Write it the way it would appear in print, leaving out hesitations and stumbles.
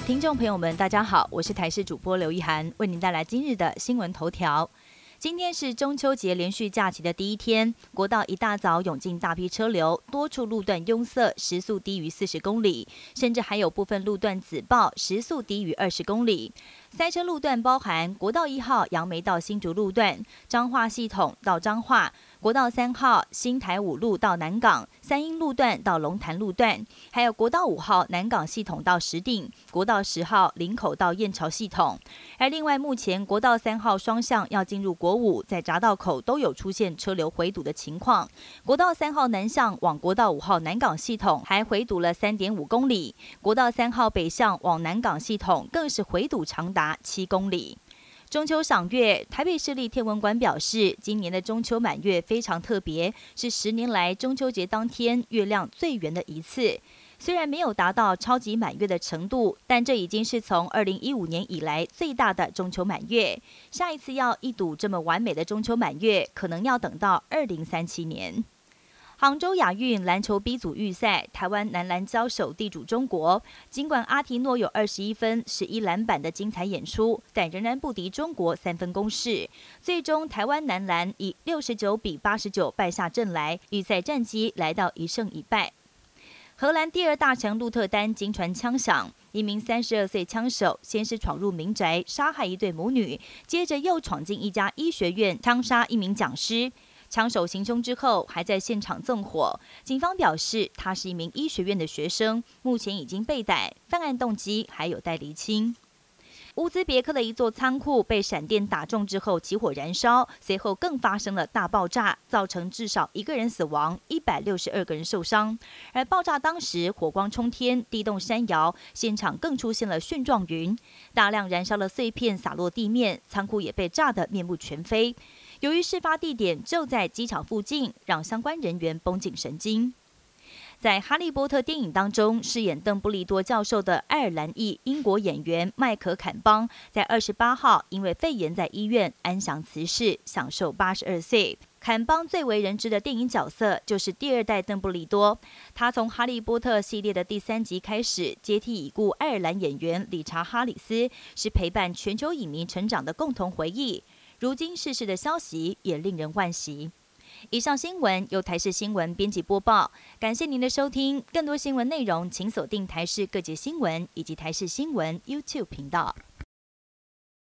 听众朋友们，大家好，我是台视主播刘一涵，为您带来今日的新闻头条。今天是中秋节连续假期的第一天，国道一大早涌进大批车流，多处路段拥塞，时速低于40公里，甚至还有部分路段紫爆，时速低于20公里。塞车路段包含国道1号杨梅到新竹路段、彰化系统到彰化、国道3号新台五路到南港、三英路段到龙潭路段，还有国道5号南港系统到石碇、国道10号林口到燕巢系统。而另外，目前国道3号双向要进入国五，在匝道口都有出现车流回堵的情况。国道3号南向往国道5号南港系统还回堵了3.5公里，国道3号北向往南港系统更是回堵长达7公里。中秋赏月，台北市立天文馆表示，今年的中秋满月非常特别，是10年来中秋节当天月亮最圆的一次。虽然没有达到超级满月的程度，但这已经是从2015年以来最大的中秋满月。下一次要一睹这么完美的中秋满月，可能要等到2037年。杭州亚运篮球 B 组预赛，台湾男篮交手地主中国。尽管阿提诺有21分、11篮板的精彩演出，但仍然不敌中国3分攻势。最终，台湾男篮以69比89败下阵来，预赛战绩来到1胜1败。荷兰第二大城鹿特丹惊传枪响，一名32岁枪手先是闯入民宅杀害一对母女，接着又闯进一家医学院枪杀一名讲师。枪手行凶之后，还在现场纵火。警方表示，他是一名医学院的学生，目前已经被逮，犯案动机还有待厘清。乌兹别克的一座仓库被闪电打中之后起火燃烧，随后更发生了大爆炸，造成至少1个人死亡，162个人受伤。而爆炸当时火光冲天，地动山摇，现场更出现了蕈状云，大量燃烧的碎片洒落地面，仓库也被炸得面目全非。由于事发地点就在机场附近，让相关人员绷紧神经。在《哈利波特》电影当中饰演邓布利多教授的爱尔兰裔英国演员麦克·坎邦，在28号因为肺炎在医院安详辞世，享受82岁。坎邦最为人知的电影角色就是第2代邓布利多，他从《哈利波特》系列的第3集开始，接替已故爱尔兰演员理查·哈里斯，是陪伴全球影迷成长的共同回忆。如今逝世的消息也令人惋惜。以上新闻由台视新闻编辑播报，感谢您的收听。更多新闻内容，请锁定台视各节新闻以及台视新闻 YouTube 频道。